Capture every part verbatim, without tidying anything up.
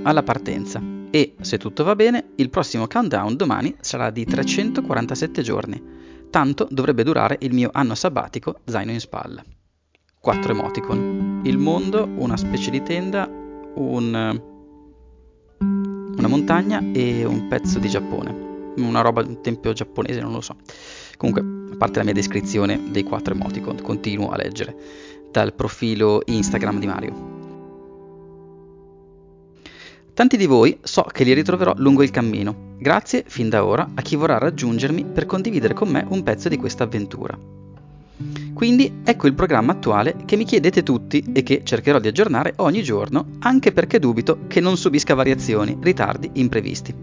alla partenza e, se tutto va bene, il prossimo countdown domani sarà di trecentoquarantasette giorni. Tanto dovrebbe durare il mio anno sabbatico zaino in spalla. Quattro emoticon. Il mondo, una specie di tenda, un, una montagna e un pezzo di Giappone. Una roba, un tempio giapponese, non lo so. Comunque, a parte la mia descrizione dei quattro emoticon, continuo a leggere dal profilo Instagram di Mario. Tanti di voi so che li ritroverò lungo il cammino. Grazie, fin da ora, a chi vorrà raggiungermi per condividere con me un pezzo di questa avventura. Quindi ecco il programma attuale che mi chiedete tutti e che cercherò di aggiornare ogni giorno, anche perché dubito che non subisca variazioni, ritardi, imprevisti.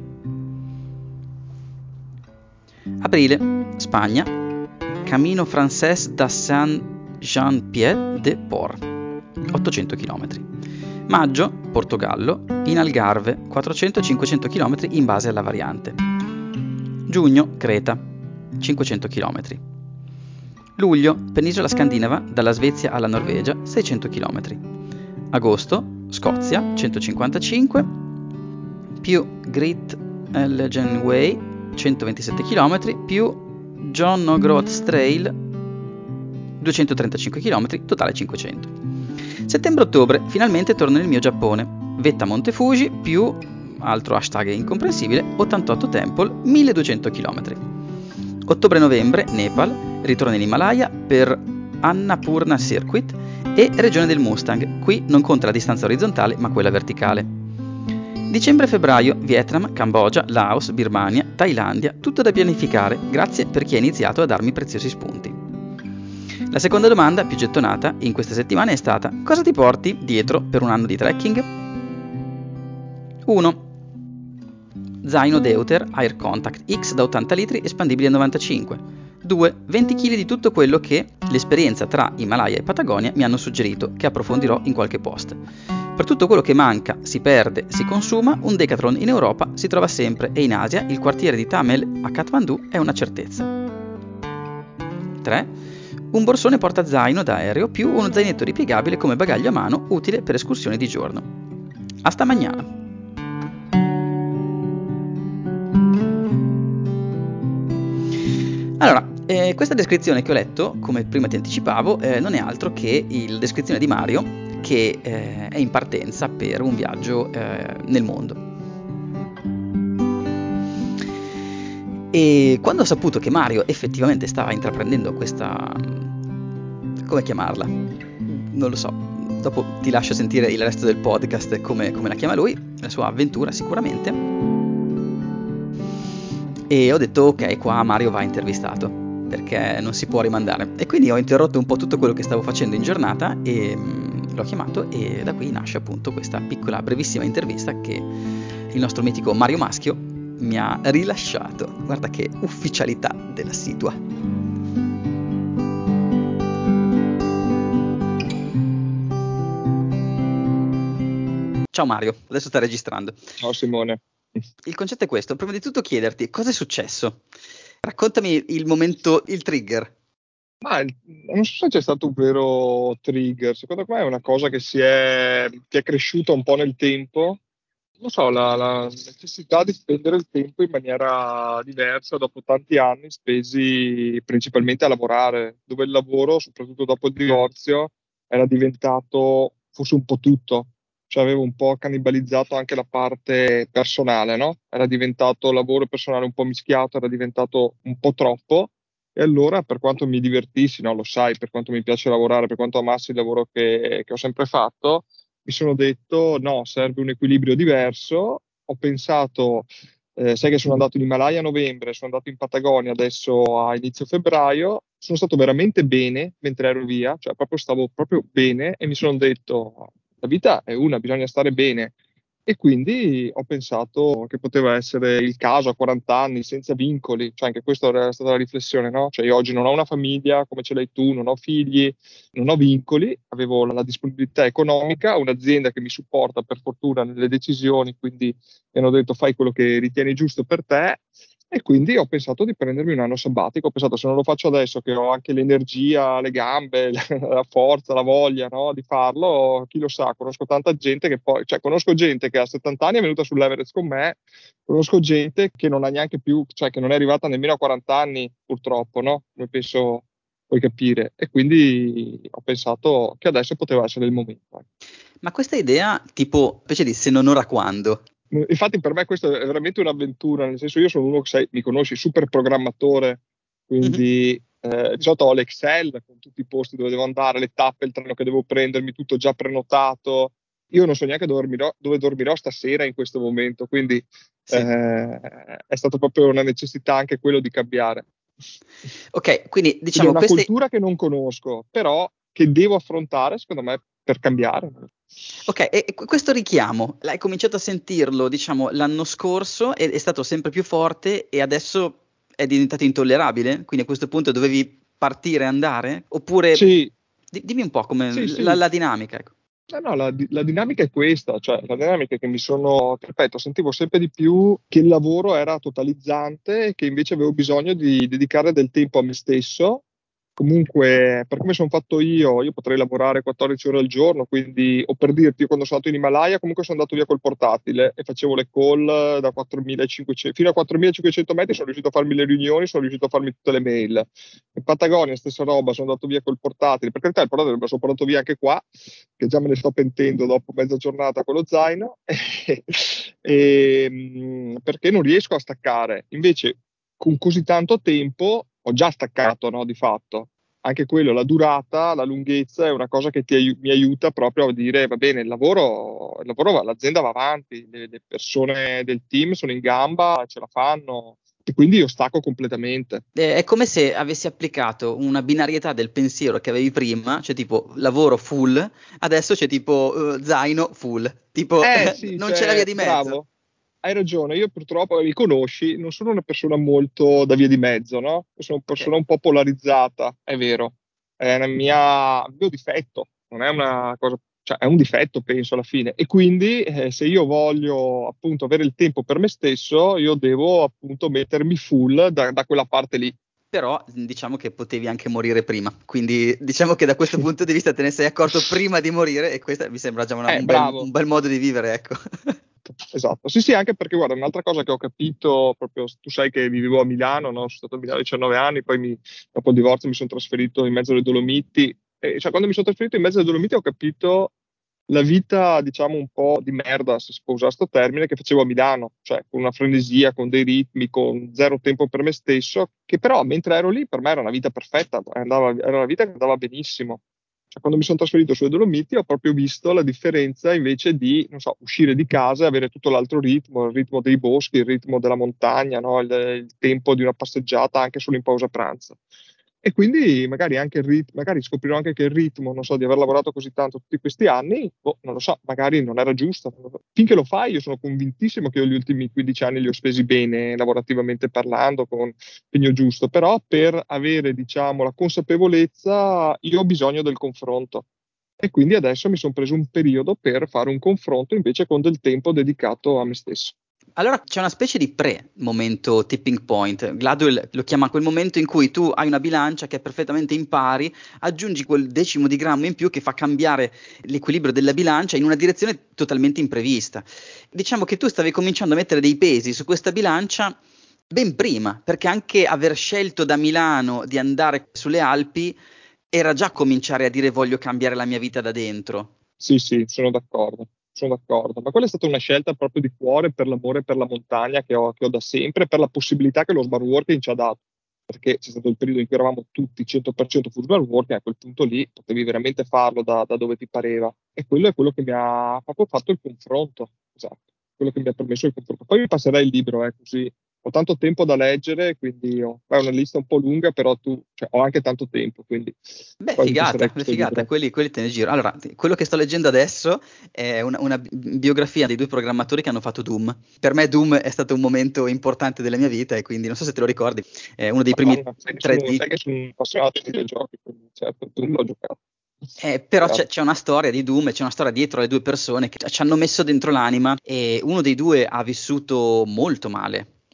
Aprile, Spagna, Camino Francés da Saint-Jean-Pied-de-Port, ottocento chilometri. Maggio, Portogallo, in Algarve, quattrocento cinquecento chilometri in base alla variante. Giugno, Creta, cinquecento chilometri. Luglio, penisola scandinava, dalla Svezia alla Norvegia, seicento chilometri. Agosto, Scozia, centocinquantacinque, più Great Legend Way, centoventisette chilometri, più John O'Groats Trail, duecentotrentacinque chilometri, totale cinquecento. Settembre-ottobre, finalmente torno nel mio Giappone. Vetta Monte Fuji, più, altro hashtag incomprensibile, ottantotto Temple, milleduecento chilometri. Ottobre-novembre, Nepal, ritorno in Himalaya per Annapurna Circuit e regione del Mustang. Qui non conta la distanza orizzontale, ma quella verticale. Dicembre-febbraio, Vietnam, Cambogia, Laos, Birmania, Thailandia, tutto da pianificare. Grazie per chi ha iniziato a darmi preziosi spunti. La seconda domanda, più gettonata, in queste settimane è stata: cosa ti porti dietro per un anno di trekking? uno. Zaino Deuter Air Contact X da ottanta litri, espandibile a novantacinque. due. venti chili di tutto quello che l'esperienza tra Himalaya e Patagonia mi hanno suggerito, che approfondirò in qualche post. Per tutto quello che manca, si perde, si consuma, un Decathlon in Europa si trova sempre e in Asia il quartiere di Tamil a Kathmandu è una certezza. tre. Un borsone portazaino da aereo più uno zainetto ripiegabile come bagaglio a mano, utile per escursioni di giorno. A stamagnana. Allora, eh, questa descrizione che ho letto, come prima ti anticipavo, eh, non è altro che la descrizione di Mario che eh, è in partenza per un viaggio eh, nel mondo. E quando ho saputo che Mario effettivamente stava intraprendendo questa... come chiamarla? Non lo so, dopo ti lascio sentire il resto del podcast come, come la chiama lui, la sua avventura sicuramente. E ho detto ok, qua Mario va intervistato, perché non si può rimandare. E quindi ho interrotto un po' tutto quello che stavo facendo in giornata e mh, l'ho chiamato, e da qui nasce appunto questa piccola, brevissima intervista che il nostro mitico Mario Maschio mi ha rilasciato. Guarda che ufficialità della situa. Ciao Mario, adesso sta registrando. Ciao Simone. Il concetto è questo: prima di tutto chiederti cosa è successo. Raccontami il momento, il trigger. Ma non so se c'è stato un vero trigger, secondo me è una cosa che si è, che è cresciuta un po' nel tempo. Non so, la, la necessità di spendere il tempo in maniera diversa dopo tanti anni spesi principalmente a lavorare, dove il lavoro, soprattutto dopo il divorzio, era diventato forse un po' tutto. Cioè avevo un po' cannibalizzato anche la parte personale, no? Era diventato lavoro personale un po' mischiato, era diventato un po' troppo. E allora, per quanto mi divertissi, no, lo sai, per quanto mi piace lavorare, per quanto amassi il lavoro che, che ho sempre fatto, mi sono detto no, serve un equilibrio diverso. Ho pensato, eh, sai che sono andato in Himalaya a novembre, sono andato in Patagonia adesso a inizio febbraio, sono stato veramente bene mentre ero via, cioè proprio stavo proprio bene e mi sono detto la vita è una, bisogna stare bene. E quindi ho pensato che poteva essere il caso a quaranta anni, senza vincoli, cioè anche questa era stata la riflessione, no? Cioè io oggi non ho una famiglia come ce l'hai tu, non ho figli, non ho vincoli, avevo la, la disponibilità economica, un'azienda che mi supporta per fortuna nelle decisioni, quindi mi hanno detto fai quello che ritieni giusto per te. E quindi ho pensato di prendermi un anno sabbatico. Ho pensato, se non lo faccio adesso, che ho anche l'energia, le gambe, la forza, la voglia, no, di farlo, chi lo sa, conosco tanta gente che poi, cioè conosco gente che a settanta anni è venuta sull'Everest con me, conosco gente che non ha neanche più, cioè che non è arrivata nemmeno a quaranta anni, purtroppo, no? Come penso puoi capire. E quindi ho pensato che adesso poteva essere il momento. Ma questa idea, tipo, invece di se non ora quando? Infatti per me questo è veramente un'avventura, nel senso io sono uno che sai, mi conosci, super programmatore, Mhm. quindi eh, di solito ho l'Excel con tutti i posti dove devo andare, le tappe, il treno che devo prendermi, tutto già prenotato. Io non so neanche dove dormirò, dove dormirò stasera in questo momento, quindi Sì. eh, è stata proprio una necessità anche quello di cambiare. Ok, quindi Quindi è diciamo una queste. cultura che non conosco, però che devo affrontare, secondo me, per cambiare. Ok, e e questo richiamo, l'hai cominciato a sentirlo, diciamo, l'anno scorso, e è stato sempre più forte e adesso è diventato intollerabile? Quindi a questo punto dovevi partire e andare? Oppure Sì, di- dimmi un po' come sì, la, sì. la dinamica, ecco. Eh no, la, di- la dinamica è questa, cioè la dinamica è che mi sono, ti ripeto, sentivo sempre di più che il lavoro era totalizzante e che invece avevo bisogno di dedicare del tempo a me stesso. Comunque, per come sono fatto io, io potrei lavorare quattordici ore al giorno, quindi, o per dirti, io quando sono andato in Himalaya, comunque sono andato via col portatile e facevo le call da quattromilacinquecento, fino a quattromilacinquecento metri sono riuscito a farmi le riunioni, sono riuscito a farmi tutte le mail. In Patagonia, stessa roba, sono andato via col portatile, per carità il portatile me lo sono portato via anche qua, che già me ne sto pentendo dopo mezza giornata con lo zaino, e, mh, perché non riesco a staccare. Invece, con così tanto tempo ho già staccato, no, di fatto. Anche quello, la durata, la lunghezza è una cosa che ti aiu- mi aiuta proprio a dire, va bene, il lavoro, il lavoro va- l'azienda va avanti, le, le persone del team sono in gamba, ce la fanno, e quindi io stacco completamente. Eh, È come se avessi applicato una binarietà del pensiero che avevi prima, cioè tipo lavoro full, adesso c'è tipo eh, zaino full, tipo Eh sì, non c'è la via cioè, di mezzo. bravo, hai ragione. Io purtroppo, mi conosci, non sono una persona molto da via di mezzo, no? Io sono una Ok. persona un po' polarizzata, è vero. È una mia, un mio difetto, non è una cosa, cioè è un difetto, penso, alla fine. E quindi, eh, se io voglio appunto avere il tempo per me stesso, io devo appunto mettermi full da, da quella parte lì. Però diciamo che potevi anche morire prima, quindi diciamo che da questo punto di vista te ne sei accorto prima di morire e questo mi sembra già una- Eh, un bel, un bravo. bel modo di vivere, ecco. Esatto, sì, sì, anche perché guarda, un'altra cosa che ho capito, proprio tu sai che vivevo a Milano, no? Sono stato a Milano a diciannove anni, poi mi- dopo il divorzio mi sono trasferito in mezzo alle Dolomiti, e cioè quando mi sono trasferito in mezzo alle Dolomiti ho capito la vita, diciamo, un po' di merda, se si può usare questo termine, che facevo a Milano, cioè con una frenesia, con dei ritmi, con zero tempo per me stesso, che però mentre ero lì per me era una vita perfetta, andava- era una vita che andava benissimo. Cioè, quando mi sono trasferito sulle Dolomiti ho proprio visto la differenza invece di, non so, uscire di casa e avere tutto l'altro ritmo, il ritmo dei boschi, il ritmo della montagna, no? Il, il tempo di una passeggiata anche solo in pausa pranzo. E quindi magari anche il ritmo, magari scoprirò anche che il ritmo, non so, di aver lavorato così tanto tutti questi anni, boh, non lo so, magari non era giusto. Finché lo fai, io sono convintissimo che io gli ultimi quindici anni li ho spesi bene, lavorativamente parlando, con impegno giusto, però per avere, diciamo, la consapevolezza, io ho bisogno del confronto. E quindi adesso mi sono preso un periodo per fare un confronto invece con del tempo dedicato a me stesso. Allora c'è una specie di pre-momento tipping point. Gladwell lo chiama quel momento in cui tu hai una bilancia che è perfettamente in pari, aggiungi quel decimo di grammo in più che fa cambiare l'equilibrio della bilancia in una direzione totalmente imprevista. Diciamo che tu stavi cominciando a mettere dei pesi su questa bilancia ben prima, perché anche aver scelto da Milano di andare sulle Alpi era già cominciare a dire voglio cambiare la mia vita da dentro. Sì, sì, sono d'accordo, sono d'accordo. Ma quella è stata una scelta proprio di cuore per l'amore per la montagna che ho, che ho da sempre, per la possibilità che lo smart working ci ha dato. Perché c'è stato il periodo in cui eravamo tutti cento per cento full smart working, a quel punto lì potevi veramente farlo da, da dove ti pareva. E quello è quello che mi ha proprio fatto il confronto. Esatto, quello che mi ha permesso il confronto. Poi mi passerai il libro, eh, così ho tanto tempo da leggere, quindi ho, è una lista un po' lunga, però tu, cioè, ho anche tanto tempo, quindi Beh, poi mi passerai figata, questo figata, libro. quelli, quelli te ne giro. Allora, ti- quello che sto leggendo adesso è una, una bi- biografia dei due programmatori che hanno fatto Doom. Per me Doom è stato un momento importante della mia vita e quindi non so se te lo ricordi, è uno dei primi Madonna, sai che tre sono, D. sai che sono appassionato di videogiochi, quindi certo, tu l'ho giocato. Eh, però c'è Chiaro. c'è una storia di Doom e c'è una storia dietro alle due persone che ci hanno messo dentro l'anima e uno dei due ha vissuto molto male.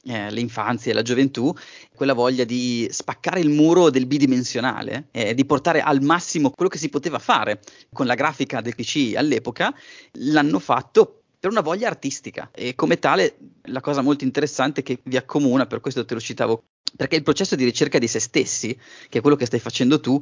eh, l'infanzia e la gioventù, quella voglia di spaccare il muro del bidimensionale, eh, di portare al massimo quello che si poteva fare con la grafica del P C all'epoca, l'hanno fatto per una voglia artistica e come tale la cosa molto interessante che vi accomuna, per questo te lo citavo, perché il processo di ricerca di se stessi, che è quello che stai facendo tu,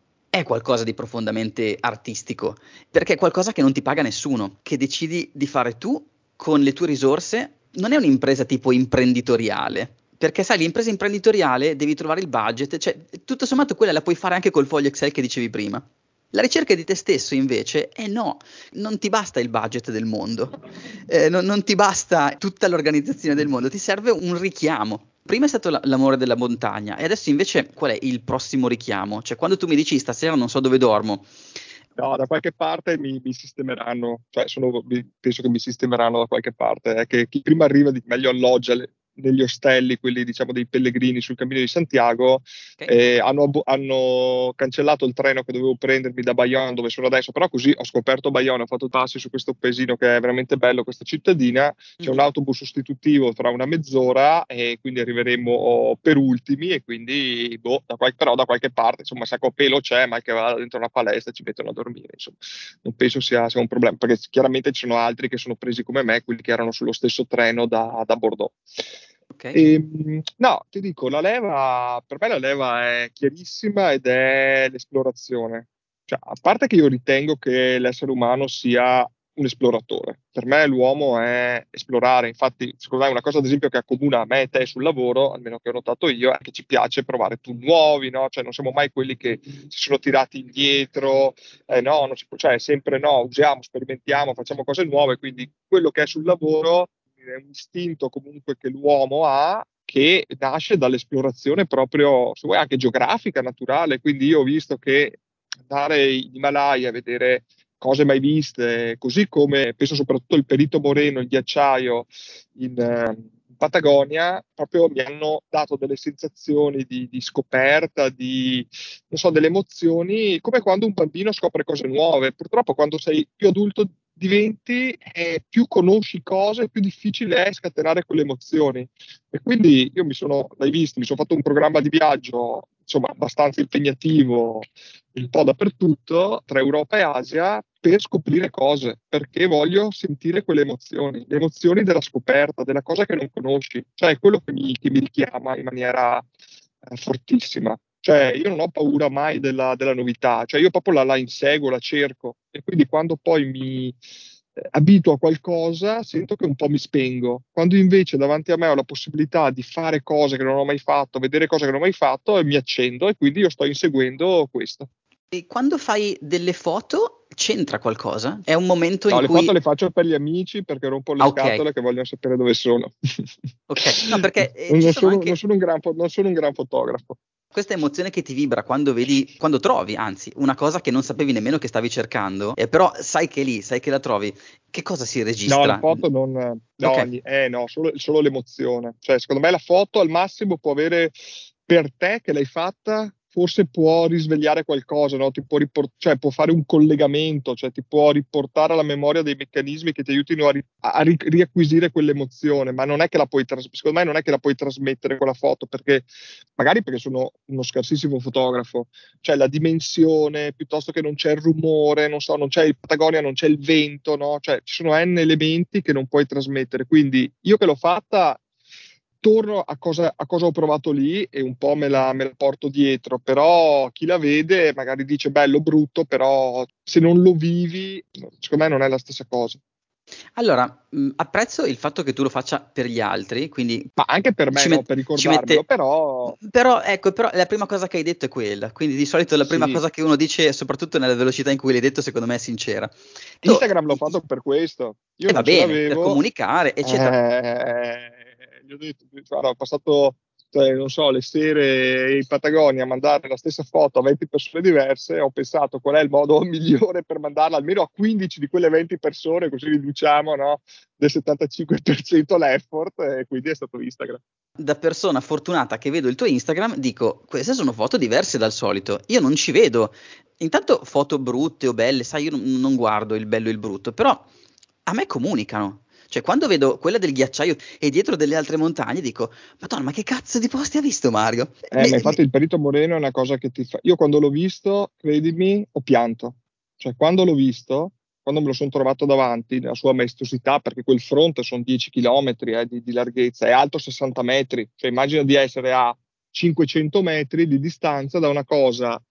è qualcosa di profondamente artistico, perché è qualcosa che non ti paga nessuno, che decidi di fare tu con le tue risorse. Non è un'impresa tipo imprenditoriale, perché sai, l'impresa imprenditoriale devi trovare il budget, cioè tutto sommato quella la puoi fare anche col foglio Excel che dicevi prima. La ricerca di te stesso invece è no, non ti basta il budget del mondo, eh, non, non ti basta tutta l'organizzazione del mondo, ti serve un richiamo. Prima è stato la- l'amore della montagna e adesso invece qual è il prossimo richiamo? Cioè quando tu mi dici stasera non so dove dormo, No, da qualche parte mi, mi sistemeranno, cioè sono- mi- penso che mi sistemeranno da qualche parte. È che chi prima arriva di- meglio alloggia le- negli ostelli, quelli diciamo dei pellegrini sul Cammino di Santiago. ok? Eh, hanno, abbo- hanno cancellato il treno che dovevo prendermi da Bayonne, dove sono adesso, però così ho scoperto Bayonne, ho fatto tassi su questo paesino che è veramente bello, questa cittadina. C'è un Mhm. autobus sostitutivo tra una mezz'ora e quindi arriveremo per ultimi e quindi, boh, da qual- però da qualche parte, insomma, sacco a pelo c'è, ma che vada dentro una palestra e ci mettono a dormire, insomma. Non penso sia, sia un problema, perché chiaramente ci sono altri che sono presi come me, quelli che erano sullo stesso treno da, da Bordeaux. Ok. E, no, ti dico, la leva, per me la leva è chiarissima ed è l'esplorazione. Cioè, a parte che io ritengo che l'essere umano sia un esploratore. Per me l'uomo è esplorare. Infatti, secondo me una cosa ad esempio che accomuna me e te sul lavoro, almeno che ho notato io, è che ci piace provare tool nuovi, no? Cioè non siamo mai quelli che si sono tirati indietro, eh, no, non si può- cioè sempre no, usiamo, sperimentiamo, facciamo cose nuove, quindi quello che è sul lavoro è un istinto comunque che l'uomo ha che nasce dall'esplorazione proprio, se vuoi, anche geografica, naturale. Quindi io ho visto che andare in Himalaya a vedere cose mai viste, così come penso soprattutto il Perito Moreno, il ghiacciaio in, eh, in Patagonia, proprio mi hanno dato delle sensazioni di, di scoperta, di, non so, delle emozioni, come quando un bambino scopre cose nuove. Purtroppo quando sei più adulto diventi, eh, più conosci cose, più difficile è scatenare quelle emozioni. E quindi io mi sono, l'hai visto, mi sono fatto un programma di viaggio, insomma, abbastanza impegnativo un po' dappertutto, tra Europa e Asia, per scoprire cose, perché voglio sentire quelle emozioni, le emozioni della scoperta, della cosa che non conosci, cioè è quello che mi, che mi richiama in maniera eh, fortissima. Cioè, io non ho paura mai della, della novità, cioè io proprio la, la inseguo, la cerco e quindi quando poi mi eh, abituo a qualcosa, sento che un po' mi spengo. Quando invece davanti a me ho la possibilità di fare cose che non ho mai fatto, vedere cose che non ho mai fatto, e mi accendo e quindi io sto inseguendo questo. E quando fai delle foto c'entra qualcosa? È un momento No, in le foto cui... le faccio per gli amici perché rompo le Ah, ok, scatole che vogliono sapere dove sono. ok. No, perché eh, ci Non sono sono, non anche sono un gran, fo- non sono un gran fotografo. questa emozione che ti vibra quando vedi, quando trovi, anzi, una cosa che non sapevi nemmeno che stavi cercando, eh, però sai che è lì, sai che la trovi. Che cosa si No, la registra? foto non. No, Ok. ni- eh, no, solo, solo l'emozione. Cioè, secondo me la foto al massimo può avere per te che l'hai fatta, forse può risvegliare qualcosa, no? Ti può, ripor- cioè, può fare un collegamento, cioè ti può riportare alla memoria dei meccanismi che ti aiutino a, ri- a ri- riacquisire quell'emozione, ma non è che la puoi tras- secondo me non è che la puoi trasmettere con la foto, perché magari perché sono uno scarsissimo fotografo, cioè la dimensione, piuttosto che non c'è il rumore, non so, non c'è il Patagonia, non c'è il vento, no? Cioè ci sono N elementi che non puoi trasmettere. Quindi io che l'ho fatta, torno a cosa, a cosa ho provato lì e un po' me la, me la porto dietro, però chi la vede magari dice bello, brutto, però se non lo vivi, secondo me non è la stessa cosa. Allora, mh, apprezzo il fatto che tu lo faccia per gli altri, quindi Ma anche per me, ci, no? met- Per ci ricordarmelo, mette... però Però, ecco, però la prima cosa che hai detto è quella, quindi di solito la prima sì. cosa che uno dice, soprattutto nella velocità in cui l'hai detto, secondo me è sincera. Tu, Instagram l'ho i- i- fatto per questo. Io e va non ce bene, per l'avevo, comunicare, eccetera. eh, gli ho detto, guarda, ho passato, cioè, non so, le sere in Patagonia a mandare la stessa foto a venti persone diverse. Ho pensato qual è il modo migliore per mandarla almeno a quindici di quelle venti persone, così riduciamo, no, del settantacinque per cento l'effort, e quindi è stato Instagram. Da persona fortunata che vedo il tuo Instagram, dico, queste sono foto diverse dal solito. Io non ci vedo. Intanto foto brutte o belle, sai, io non, non guardo il bello e il brutto, però a me comunicano. Cioè, quando vedo quella del ghiacciaio e dietro delle altre montagne, dico, Madonna, ma che cazzo di posti ha visto Mario? Eh, Me- ma me- infatti il Perito Moreno è una cosa che ti fa. Io quando l'ho visto, credimi, ho pianto. Cioè, quando l'ho visto, quando me lo sono trovato davanti, nella sua maestosità, perché quel fronte sono dieci chilometri eh, di, di larghezza, è alto sessanta metri. Cioè, immagina di essere a cinquecento metri di distanza da una cosa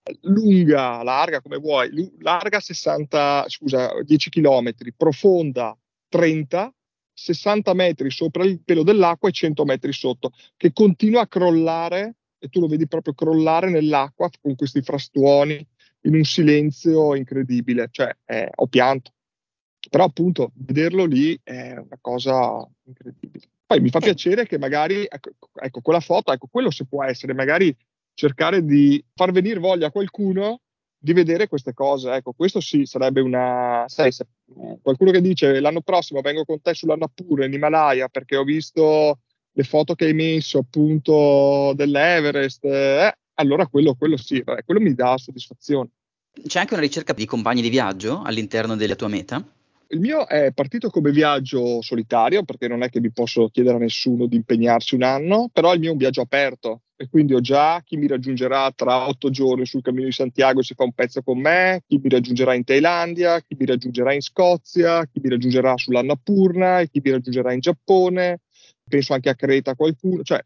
lunga, larga come vuoi, lu- larga sessanta, scusa, dieci chilometri, profonda trenta, sessanta metri sopra il pelo dell'acqua e cento metri sotto, che continua a crollare e tu lo vedi proprio crollare nell'acqua con questi frastuoni in un silenzio incredibile. Cioè, eh, ho pianto. Però appunto vederlo lì è una cosa incredibile. Poi mi fa eh, piacere che magari, ecco, ecco, quella foto, ecco, quello se può essere, magari cercare di far venire voglia a qualcuno di vedere queste cose. Ecco, questo sì, sarebbe una. Sai, se- qualcuno che dice l'anno prossimo vengo con te sull'Annapurna in Himalaya perché ho visto le foto che hai messo appunto dell'Everest, eh, allora quello, quello sì, vabbè, quello mi dà soddisfazione. C'è anche una ricerca di compagni di viaggio all'interno della tua meta? Il mio è partito come viaggio solitario, perché non è che vi posso chiedere a nessuno di impegnarsi un anno, però il mio è un viaggio aperto e quindi ho già chi mi raggiungerà tra otto giorni sul Cammino di Santiago e si fa un pezzo con me, chi mi raggiungerà in Thailandia, chi mi raggiungerà in Scozia, chi mi raggiungerà sull'Annapurna e chi mi raggiungerà in Giappone, penso anche a Creta qualcuno, cioè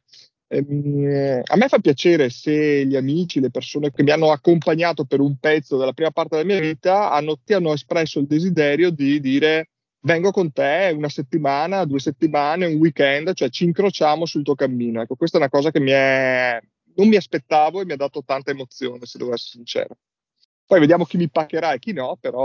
ehm, a me fa piacere se gli amici, le persone che mi hanno accompagnato per un pezzo della prima parte della mia vita hanno, ti hanno espresso il desiderio di dire vengo con te una settimana, due settimane, un weekend, cioè ci incrociamo sul tuo cammino. Ecco, questa è una cosa che mi è, non mi aspettavo e mi ha dato tanta emozione, se devo essere sincero. Poi vediamo chi mi paccherà e chi no, però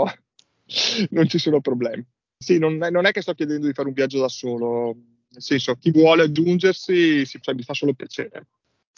non ci sono problemi. Sì, non è, non è che sto chiedendo di fare un viaggio da solo, nel senso, chi vuole aggiungersi, sì, cioè, mi fa solo piacere.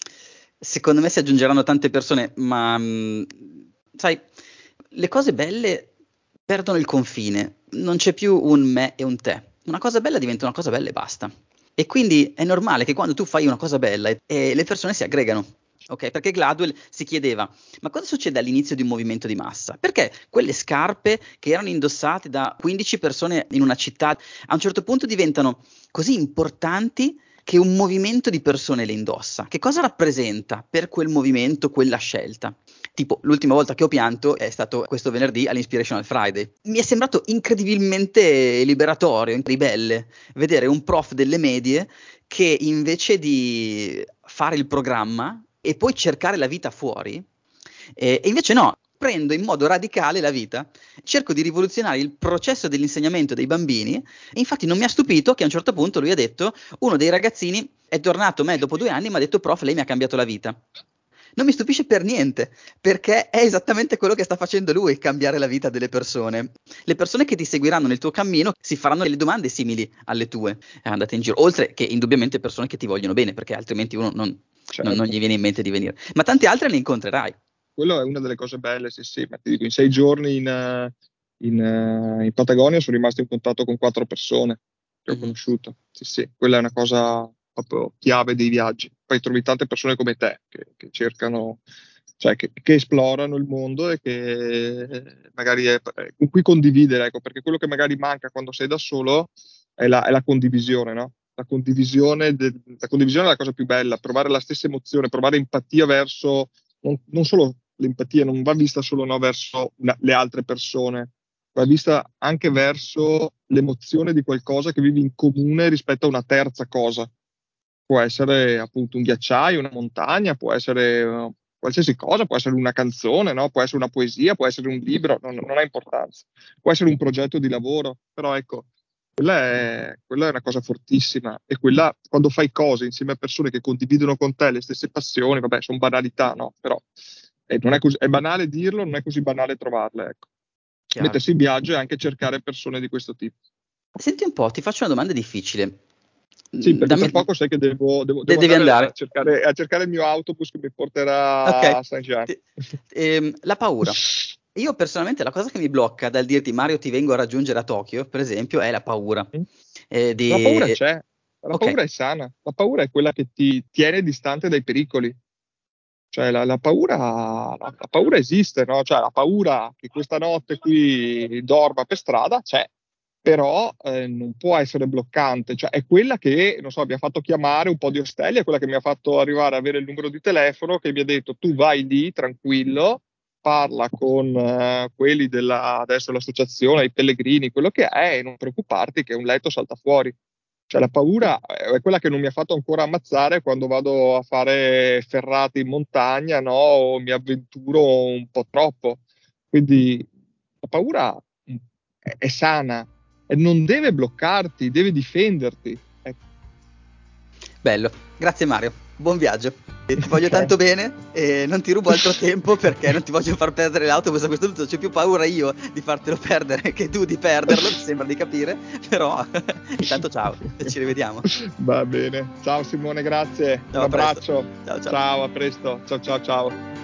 Secondo me si aggiungeranno tante persone, ma mh, sai, le cose belle perdono il confine, non c'è più un me e un te. Una cosa bella diventa una cosa bella e basta. E quindi è normale che quando tu fai una cosa bella e, e le persone si aggregano. Ok, perché Gladwell si chiedeva, ma cosa succede all'inizio di un movimento di massa? Perché quelle scarpe che erano indossate da quindici persone in una città a un certo punto diventano così importanti che un movimento di persone le indossa? Che cosa rappresenta per quel movimento quella scelta? Tipo, l'ultima volta che ho pianto è stato questo venerdì all'Inspirational Friday. Mi è sembrato incredibilmente liberatorio, ribelle, vedere un prof delle medie che invece di fare il programma e poi cercare la vita fuori, eh, e invece no, prendo in modo radicale la vita, cerco di rivoluzionare il processo dell'insegnamento dei bambini e infatti non mi ha stupito che a un certo punto lui ha detto, uno dei ragazzini è tornato a me dopo due anni e mi ha detto, prof, lei mi ha cambiato la vita. Non mi stupisce per niente, perché è esattamente quello che sta facendo lui, cambiare la vita delle persone. Le persone che ti seguiranno nel tuo cammino si faranno delle domande simili alle tue, eh, andate in giro, oltre che indubbiamente persone che ti vogliono bene, perché altrimenti uno non, non- non Certo. gli viene in mente di venire. Ma tante altre ne incontrerai. Quello è una delle cose belle, sì, sì, ma ti dico, in sei giorni in, eh, in, eh, in Patagonia sono rimasto in contatto con quattro persone che ho Mhm. conosciuto. Sì, sì, quella è una cosa proprio chiave dei viaggi. Poi trovi tante persone come te che, che cercano, cioè che, che esplorano il mondo e che eh, magari è, eh, con cui condividere, ecco, perché quello che magari manca quando sei da solo è la, è la condivisione, no? La condivisione, de- la condivisione è la cosa più bella, provare la stessa emozione, provare empatia verso non, non solo l'empatia, non va vista solo no, verso la- le altre persone, va vista anche verso l'emozione di qualcosa che vivi in comune rispetto a una terza cosa. Può essere appunto un ghiacciaio, una montagna, può essere eh, qualsiasi cosa, può essere una canzone, no? Può essere una poesia, può essere un libro, non, non ha importanza. Può essere un progetto di lavoro, però ecco, quella è, quella è una cosa fortissima e quella quando fai cose insieme a persone che condividono con te le stesse passioni, vabbè, sono banalità, no? Però eh, non è così, è banale dirlo, non è così banale trovarle, ecco. Chiaro. Mettersi in viaggio e anche cercare persone di questo tipo. Senti un po', ti faccio una domanda difficile. Sì, Mm, perché tra Dammi, poco sai che devo, devo- de- devo devi andare a andare. cercare, a cercare il mio autobus che mi porterà Ok. a Saint-Jean. Ti- ehm, la paura. Io personalmente la cosa che mi blocca dal dirti Mario ti vengo a raggiungere a Tokyo, per esempio, è la paura. Eh, La di... paura c'è, la Ok, paura è sana, la paura è quella che ti tiene distante dai pericoli. Cioè la, la paura, la, la paura esiste, no? Cioè la paura che questa notte qui dorma per strada c'è. però eh, non può essere bloccante, cioè è quella che, non so, mi ha fatto chiamare un po' di ostelli, è quella che mi ha fatto arrivare a avere il numero di telefono, che mi ha detto tu vai lì tranquillo, parla con eh, quelli della, adesso l'associazione, i pellegrini, quello che è, e non preoccuparti che un letto salta fuori. Cioè la paura è quella che non mi ha fatto ancora ammazzare quando vado a fare ferrate in montagna, no? O mi avventuro un po' troppo. Quindi la paura è, è sana e non deve bloccarti, deve difenderti. Ecco. Bello, grazie Mario, buon viaggio. E ti voglio Ok. tanto bene e non ti rubo altro tempo perché non ti voglio far perdere l'autobus a questo punto, c'ho più paura io di fartelo perdere che tu di perderlo, mi sembra di capire, però intanto ciao e ci rivediamo. Va bene. Ciao Simone, grazie. Un Ciao, a presto. abbraccio. Ciao ciao. Ciao, a presto. Ciao ciao ciao.